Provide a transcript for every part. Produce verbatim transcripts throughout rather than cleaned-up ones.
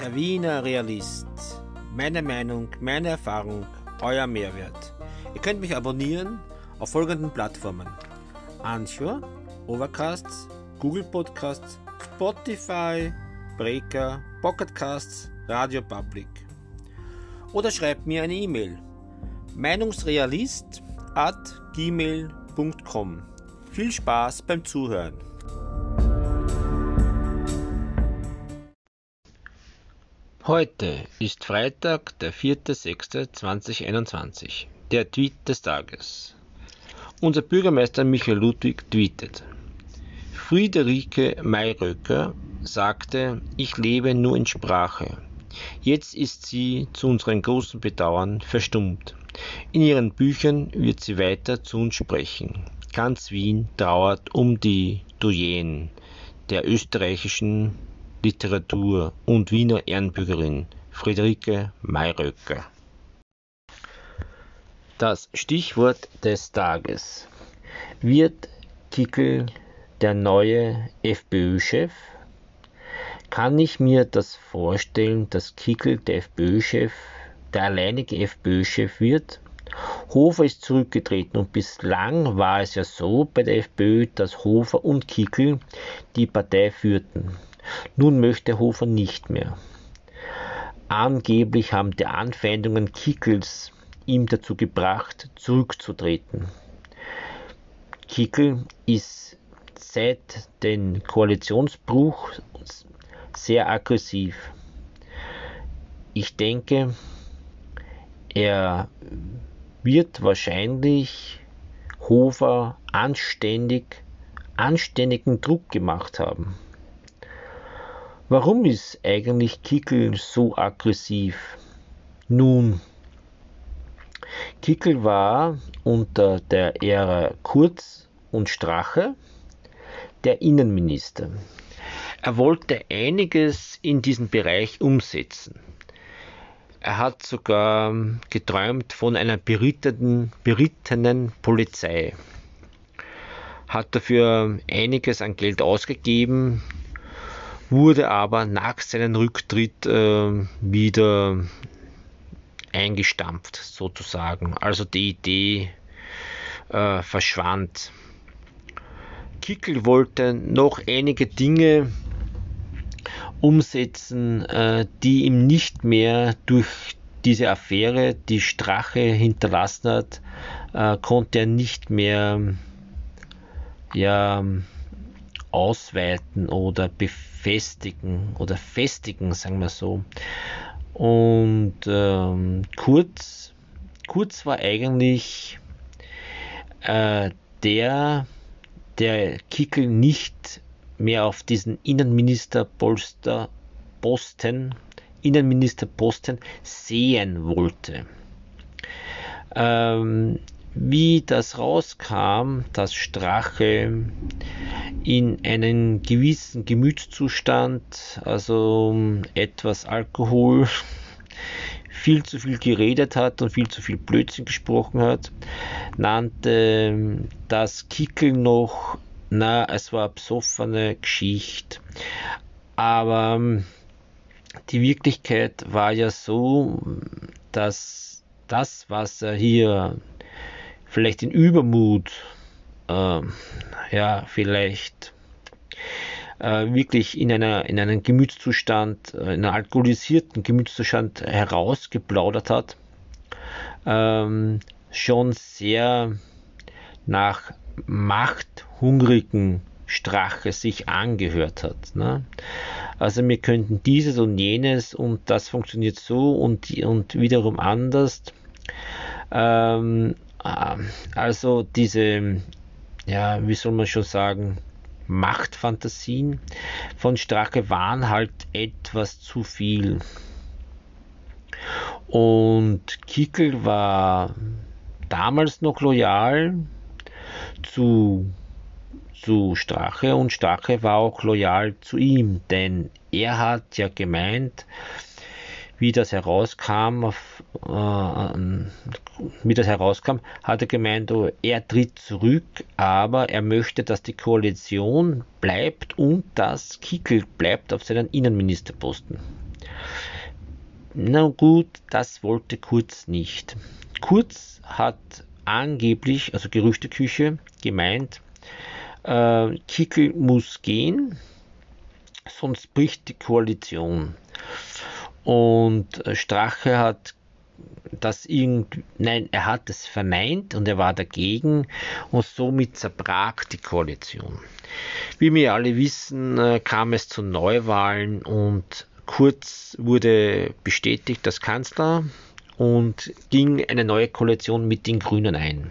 Der Wiener Realist. Meine Meinung, meine Erfahrung, euer Mehrwert. Ihr könnt mich abonnieren auf folgenden Plattformen: Anchor, Overcast, Google Podcasts, Spotify, Breaker, Pocket Casts, Radio Public. Oder schreibt mir eine E-Mail: meinungsrealist at gmail punkt com. Viel Spaß beim Zuhören. Heute ist Freitag, der vierte sechste zweitausendeinundzwanzig. Der Tweet des Tages. Unser Bürgermeister Michael Ludwig tweetet: Friederike Mayröcker sagte, ich lebe nur in Sprache. Jetzt ist sie zu unserem großen Bedauern verstummt. In ihren Büchern wird sie weiter zu uns sprechen. Ganz Wien trauert um die Doyenne der österreichischen Literatur und Wiener Ehrenbürgerin Friederike Mayröcker. Das Stichwort des Tages: Wird Kickl der neue FPÖ-Chef? Kann ich mir das vorstellen, dass Kickl der FPÖ-Chef, der alleinige FPÖ-Chef wird? Hofer ist zurückgetreten und bislang war es ja so bei der FPÖ, dass Hofer und Kickl die Partei führten. Nun möchte Hofer nicht mehr. Angeblich haben die Anfeindungen Kickls ihm dazu gebracht, zurückzutreten. Kickl ist seit dem Koalitionsbruch sehr aggressiv. Ich denke, er wird wahrscheinlich Hofer anständig, anständigen Druck gemacht haben. Warum ist eigentlich Kickl so aggressiv? Nun, Kickl war unter der Ära Kurz und Strache der Innenminister. Er wollte einiges in diesem Bereich umsetzen. Er hat sogar geträumt von einer berittenen, berittenen Polizei, hat dafür einiges an Geld ausgegeben, wurde aber nach seinem Rücktritt äh, wieder eingestampft sozusagen. Also die Idee äh, verschwand. Kickl wollte noch einige Dinge umsetzen, äh, die ihm nicht mehr durch diese Affäre, die Strache hinterlassen hat, äh, konnte er nicht mehr ja, ausweiten oder befestigen oder festigen, sagen wir so. Und ähm, Kurz, Kurz war eigentlich äh, der, der Kickl nicht mehr auf diesen Innenministerposten, Posten, Innenministerposten sehen wollte. Ähm, wie das rauskam, dass Strache in einen gewissen Gemütszustand, also etwas Alkohol, viel zu viel geredet hat und viel zu viel Blödsinn gesprochen hat, nannte das Kickl noch, na, es war eine besoffene Geschichte. Aber die Wirklichkeit war ja so, dass das, was er hier vielleicht in Übermut, äh, ja, vielleicht äh, wirklich in einer in einem Gemütszustand, in einem alkoholisierten Gemütszustand herausgeplaudert hat, ähm, schon sehr nach machthungrigen Strache sich angehört hat. Ne? Also wir könnten dieses und jenes und das funktioniert so und, und wiederum anders. Ähm, also diese, ja, wie soll man schon sagen, Machtfantasien von Strache waren halt etwas zu viel. Und Kickl war damals noch loyal zu, zu Strache und Strache war auch loyal zu ihm, denn er hat ja gemeint, wie das herauskam, auf, äh, wie das herauskam, hat er gemeint, oh, er tritt zurück, aber er möchte, dass die Koalition bleibt und dass Kickl bleibt auf seinen Innenministerposten. Na gut, das wollte Kurz nicht. Kurz hat angeblich, also Gerüchteküche, gemeint, äh, Kickl muss gehen, sonst bricht die Koalition. Und Strache hat das irgendwie, nein, er hat es verneint und er war dagegen und somit zerbrach die Koalition. Wie wir alle wissen, kam es zu Neuwahlen und Kurz wurde bestätigt als Kanzler und ging eine neue Koalition mit den Grünen ein.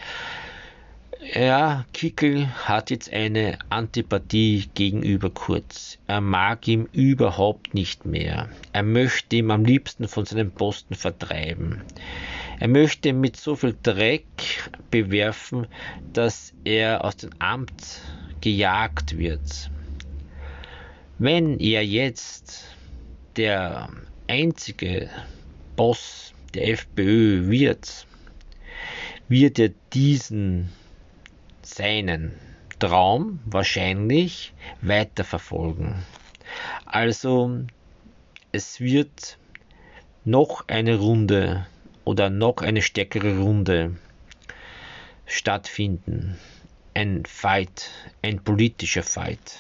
Ja, Kickl hat jetzt eine Antipathie gegenüber Kurz. Er mag ihn überhaupt nicht mehr. Er möchte ihn am liebsten von seinem Posten vertreiben. Er möchte ihn mit so viel Dreck bewerfen, dass er aus dem Amt gejagt wird. Wenn er jetzt der einzige Boss der FPÖ wird, wird er diesen seinen Traum wahrscheinlich weiterverfolgen. Also es wird noch eine Runde oder noch eine stärkere Runde stattfinden. Ein Fight, ein politischer Fight.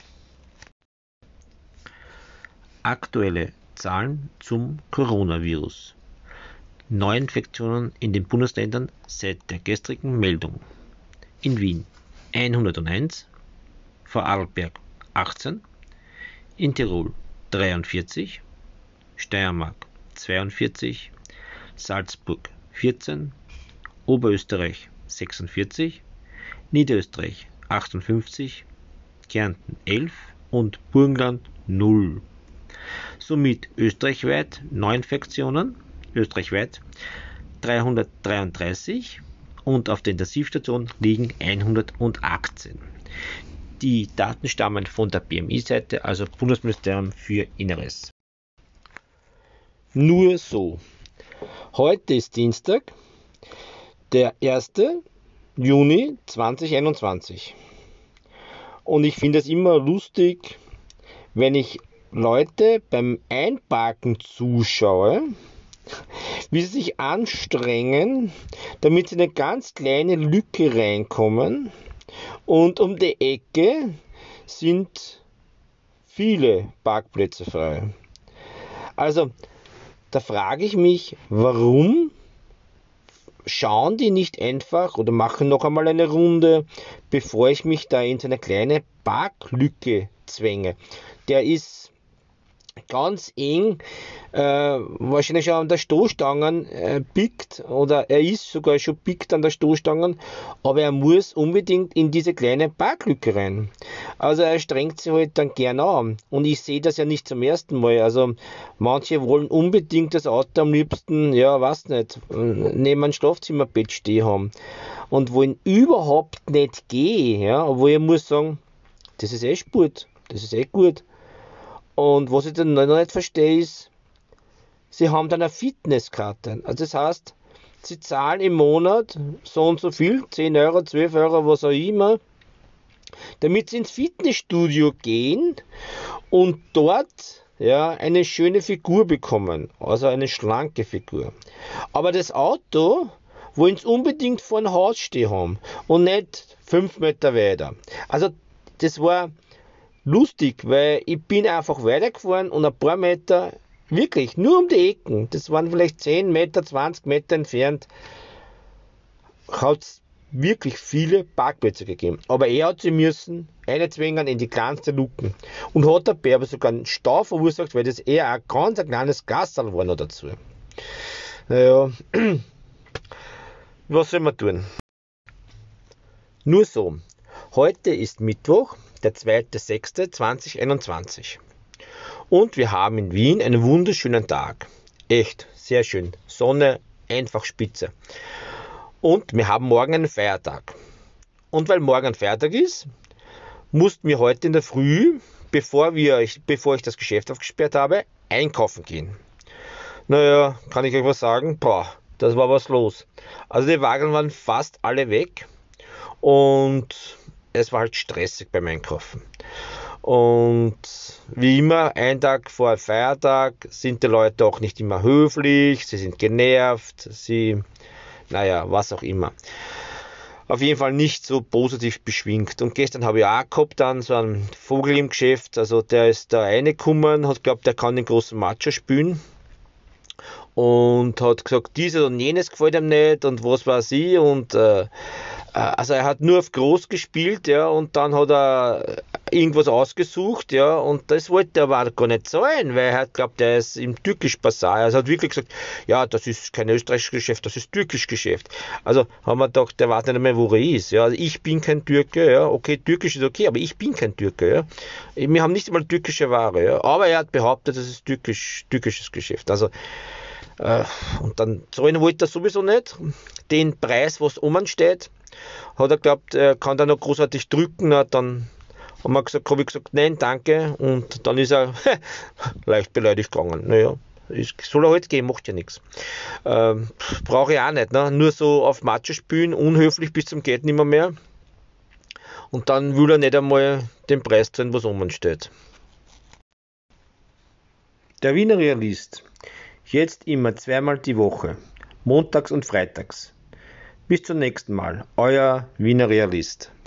Aktuelle Zahlen zum Coronavirus. Neuinfektionen in den Bundesländern seit der gestrigen Meldung. In Wien hunderteins, Vorarlberg achtzehn, in Tirol dreiundvierzig, Steiermark zweiundvierzig, Salzburg vierzehn, Oberösterreich sechsundvierzig, Niederösterreich achtundfünfzig, Kärnten elf und Burgenland null. Somit österreichweit Neuinfektionen, österreichweit dreihundertdreiunddreißig und auf der Intensivstation liegen hundertachtzehn. Die Daten stammen von der B M I-Seite, also Bundesministerium für Inneres. Nur so. Heute ist Dienstag, der erste Juni zweitausendeinundzwanzig. Und ich finde es immer lustig, wenn ich Leute beim Einparken zuschaue, wie sie sich anstrengen, damit sie in eine ganz kleine Lücke reinkommen, und um die Ecke sind viele Parkplätze frei. Also, da frage ich mich, warum schauen die nicht einfach oder machen noch einmal eine Runde, bevor ich mich da in so eine kleine Parklücke zwänge. Der ist ganz eng, äh, wahrscheinlich schon an der Stoßstangen äh, pickt, oder er ist sogar schon pickt an der Stoßstangen, aber er muss unbedingt in diese kleine Parklücke rein. Also er strengt sich halt dann gern an, und ich sehe das ja nicht zum ersten Mal. Also manche wollen unbedingt das Auto am liebsten, ja, weiß nicht, neben einem Schlafzimmerbett stehen haben und wollen überhaupt nicht gehen, ja, obwohl ich muss sagen, das ist echt gut, das ist echt gut. Und was ich dann noch nicht verstehe ist, sie haben dann eine Fitnesskarte. Also das heißt, sie zahlen im Monat so und so viel, zehn Euro, zwölf Euro, was auch immer, damit sie ins Fitnessstudio gehen und dort ja eine schöne Figur bekommen, also eine schlanke Figur. Aber das Auto wollen sie unbedingt vor dem Haus stehen haben und nicht fünf Meter weiter. Also das war lustig, weil ich bin einfach weitergefahren und ein paar Meter, wirklich, nur um die Ecken, das waren vielleicht zehn Meter, zwanzig Meter entfernt, hat es wirklich viele Parkplätze gegeben. Aber er hat sie müssen einzwängen in die kleinste Luken und hat dabei aber sogar einen Stau verursacht, weil das eher ein ganz ein kleines Gasserl war noch dazu. Naja, was soll man tun? Nur so, heute ist Mittwoch, der zweite sechste zweitausendeinundzwanzig. Und wir haben in Wien einen wunderschönen Tag. Echt, sehr schön. Sonne, einfach spitze. Und wir haben morgen einen Feiertag. Und weil morgen ein Feiertag ist, mussten wir heute in der Früh, bevor, wir, bevor ich das Geschäft aufgesperrt habe, einkaufen gehen. Naja, kann ich euch was sagen? Boah, das war was los. Also die Wagen waren fast alle weg. Und es war halt stressig beim Einkaufen. Und wie immer, ein Tag vor Feiertag sind die Leute auch nicht immer höflich, sie sind genervt, sie, naja, was auch immer. Auf jeden Fall nicht so positiv beschwingt. Und gestern habe ich auch gehabt dann so einen Vogel im Geschäft, also der ist da reingekommen, hat glaubt, der kann den großen Macho spielen. Und hat gesagt, dieses und jenes gefällt ihm nicht und was weiß ich. Und äh, also er hat nur auf groß gespielt, ja, und dann hat er irgendwas ausgesucht, ja, und das wollte er aber gar nicht sein, weil er hat glaubt, er ist im türkisch Basar. Also er hat wirklich gesagt, ja, das ist kein österreichisches Geschäft, das ist türkisch Geschäft. Also haben wir gedacht, der weiß nicht mehr, wo er ist, ja. Also ich bin kein Türke, ja, okay, türkisch ist okay, aber ich bin kein Türke, ja. Wir haben nicht einmal türkische Ware, ja, aber er hat behauptet, das ist türkisch, türkisches Geschäft. Also Äh, und dann zahlen wollte er sowieso nicht. Den Preis, was oben steht, hat er glaubt, er kann da noch großartig drücken. Na, dann haben wir gesagt, habe ich gesagt, nein, danke. Und dann ist er leicht beleidigt gegangen. Naja, ist, soll er halt gehen, macht ja nichts. Ähm, Brauche ich auch nicht. Ne? Nur so auf Matsche spielen, unhöflich bis zum geht nimmer mehr. Und dann will er nicht einmal den Preis zahlen, was oben steht. Der Wiener Realist. Jetzt immer zweimal die Woche, montags und freitags. Bis zum nächsten Mal, euer Wiener Realist.